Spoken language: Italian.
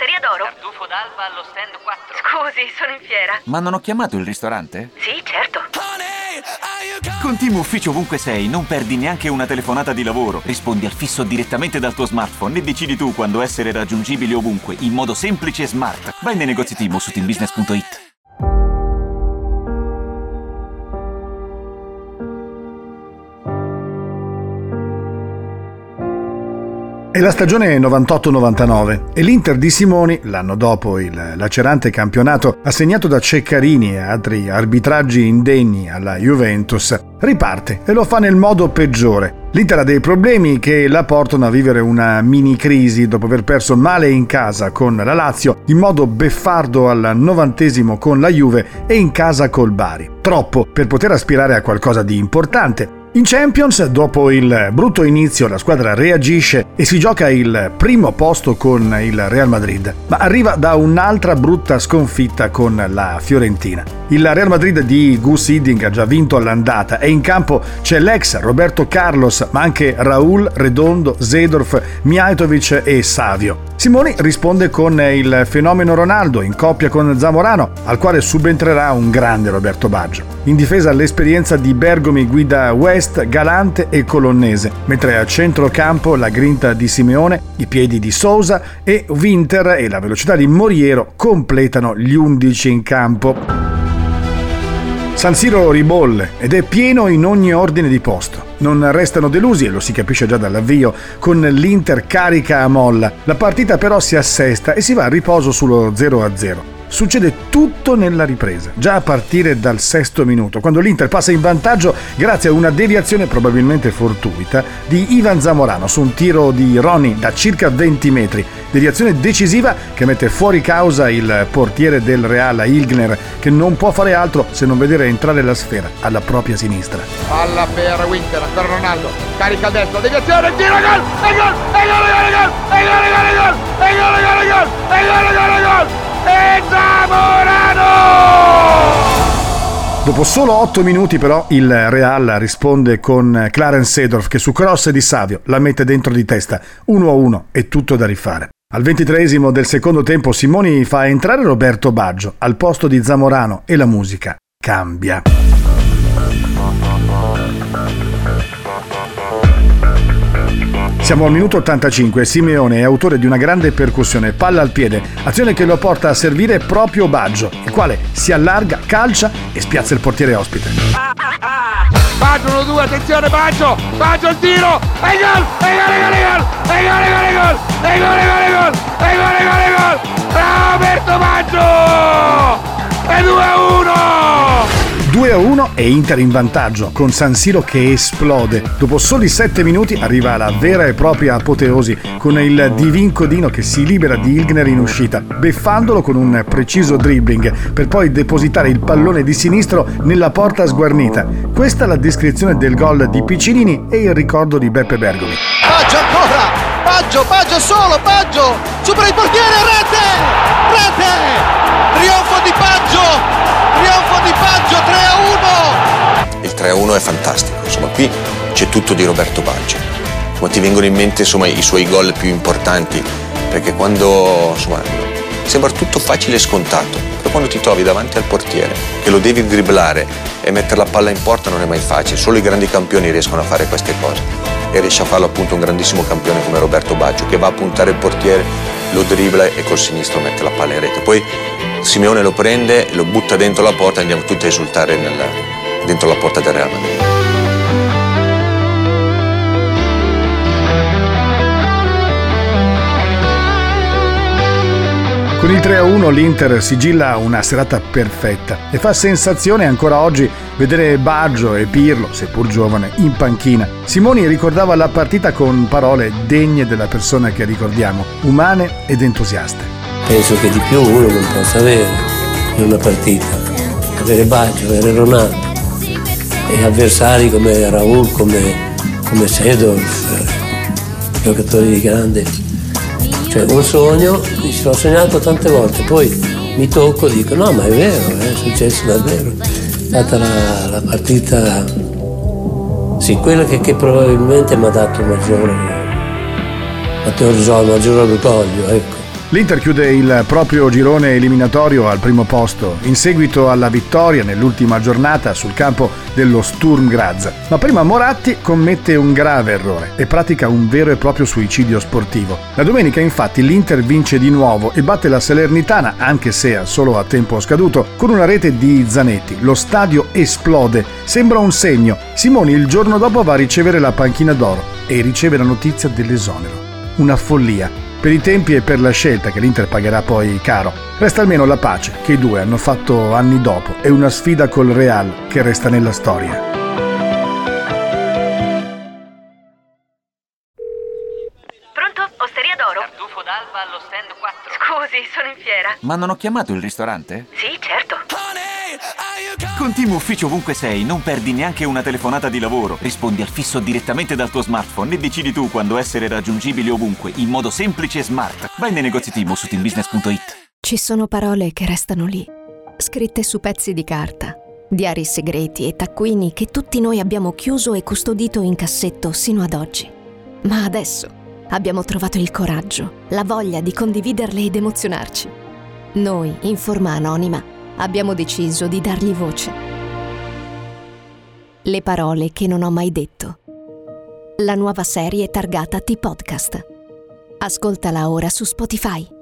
Osteria d'Oro. Tartufo d'alba allo stand 4. Scusi, sono in fiera. Ma non ho chiamato il ristorante? Sì, certo. Con Team Ufficio ovunque sei, non perdi neanche una telefonata di lavoro. Rispondi al fisso direttamente dal tuo smartphone e decidi tu quando essere raggiungibile ovunque, in modo semplice e smart. Vai nei negozi Team o su teambusiness.it. È la stagione 98-99 e l'Inter di Simoni, l'anno dopo il lacerante campionato assegnato da Ceccarini e altri arbitraggi indegni alla Juventus, riparte e lo fa nel modo peggiore. L'Inter ha dei problemi che la portano a vivere una mini crisi dopo aver perso male in casa con la Lazio, in modo beffardo al 90° con la Juve e in casa col Bari. Troppo per poter aspirare a qualcosa di importante. In Champions, dopo il brutto inizio, la squadra reagisce e si gioca il primo posto con il Real Madrid, ma arriva da un'altra brutta sconfitta con la Fiorentina. Il Real Madrid di Gus Hiddink ha già vinto all'andata e in campo c'è l'ex Roberto Carlos, ma anche Raul, Redondo, Seedorf, Mijatovic e Savio. Simoni risponde con il fenomeno Ronaldo in coppia con Zamorano, al quale subentrerà un grande Roberto Baggio. In difesa l'esperienza di Bergomi guida West, Galante e Colonnese, mentre a centrocampo la grinta di Simeone, i piedi di Sousa e Winter e la velocità di Moriero completano gli 11 in campo. San Siro ribolle ed è pieno in ogni ordine di posto. Non restano delusi, e lo si capisce già dall'avvio, con l'Inter carica a molla. La partita però si assesta e si va a riposo sullo 0-0. Succede tutto nella ripresa, già a partire dal 6° minuto, quando l'Inter passa in vantaggio grazie a una deviazione probabilmente fortuita di Ivan Zamorano su un tiro di Roni da circa 20 metri. Deviazione decisiva che mette fuori causa il portiere del Real, Ilgner, che non può fare altro se non vedere entrare la sfera alla propria sinistra. Palla per Winter, ancora Ronaldo, carica al destro, deviazione, tiro, gol, e gol, e gol, e gol, e gol, e gol, e gol, e gol, e gol, e gol, e gol, e gol, e Zamorano! Dopo solo 8 minuti però il Real risponde con Clarence Seedorf che su cross di Savio la mette dentro di testa. 1-1 e tutto da rifare. Al 23° del secondo tempo Simoni fa entrare Roberto Baggio al posto di Zamorano e la musica cambia. Siamo al minuto 85 e Simeone è autore di una grande percussione, palla al piede, azione che lo porta a servire proprio Baggio, il quale si allarga, calcia e spiazza il portiere ospite. Baggio 1-2, attenzione Baggio, Baggio il tiro, e gol, e gol, e gol, e gol, e gol, e gol, e gol, e gol, e gol, e gol, e gol, e gol, e gol, Roberto Baggio, e 2-1! 2-1 e Inter in vantaggio, con San Siro che esplode. Dopo soli 7 minuti arriva la vera e propria apoteosi, con il Divin Codino che si libera di Ilgner in uscita, beffandolo con un preciso dribbling, per poi depositare il pallone di sinistro nella porta sguarnita. Questa è la descrizione del gol di Piccinini e il ricordo di Beppe Bergomi. Baggio ancora! Baggio solo, Baggio! Supera il portiere, rete! Rete! Trionfo di Baggio! Trionfo di Baggio, 3-1! Il 3-1 è fantastico, insomma qui c'è tutto di Roberto Baggio. Insomma, ti vengono in mente insomma, i suoi gol più importanti, perché quando insomma, sembra tutto facile e scontato, però quando ti trovi davanti al portiere, che lo devi dribblare e mettere la palla in porta non è mai facile, solo i grandi campioni riescono a fare queste cose. E riesce a farlo appunto un grandissimo campione come Roberto Baggio, che va a puntare il portiere, lo dribbla e col sinistro mette la palla in rete. Poi Simeone lo prende, lo butta dentro la porta e andiamo tutti a esultare dentro la porta del Real Madrid. Con il 3-1 l'Inter sigilla una serata perfetta e fa sensazione ancora oggi vedere Baggio e Pirlo, seppur giovane, in panchina. Simoni ricordava la partita con parole degne della persona che ricordiamo, umane ed entusiaste. Penso che di più uno non possa avere in una partita. Avere Baggio, avere Ronaldo e avversari come Raul, come Seedorf, giocatori di grande. Cioè un sogno, l'ho sognato tante volte, poi mi tocco e dico no ma è vero, è successo davvero. È stata la partita, sì, quella che probabilmente mi ha dato maggiore orgoglio, ecco. L'Inter chiude il proprio girone eliminatorio al primo posto, in seguito alla vittoria nell'ultima giornata sul campo dello Sturm Graz. Ma prima Moratti commette un grave errore e pratica un vero e proprio suicidio sportivo. La domenica infatti l'Inter vince di nuovo e batte la Salernitana, anche se solo a tempo scaduto, con una rete di Zanetti. Lo stadio esplode, sembra un segno. Simoni il giorno dopo va a ricevere la panchina d'oro e riceve la notizia dell'esonero. Una follia. Per i tempi e per la scelta che l'Inter pagherà poi caro. Resta almeno la pace che i due hanno fatto anni dopo e una sfida col Real che resta nella storia. Pronto? Osteria d'Oro? Tartufo d'alba allo stand 4. Scusi, sono in fiera. Ma non ho chiamato il ristorante? Sì, certo. Con Team Ufficio ovunque sei non perdi neanche una telefonata di lavoro. Rispondi al fisso direttamente dal tuo smartphone e decidi tu quando essere raggiungibile ovunque, in modo semplice e smart. Vai nei negozi Team o su teambusiness.it. Ci sono parole che restano lì, scritte su pezzi di carta, diari segreti e taccuini che tutti noi abbiamo chiuso e custodito in cassetto sino ad oggi. Ma adesso abbiamo trovato il coraggio, la voglia di condividerle ed emozionarci. Noi, in forma anonima, abbiamo deciso di dargli voce. Le parole che non ho mai detto. La nuova serie targata T-Podcast. Ascoltala ora su Spotify.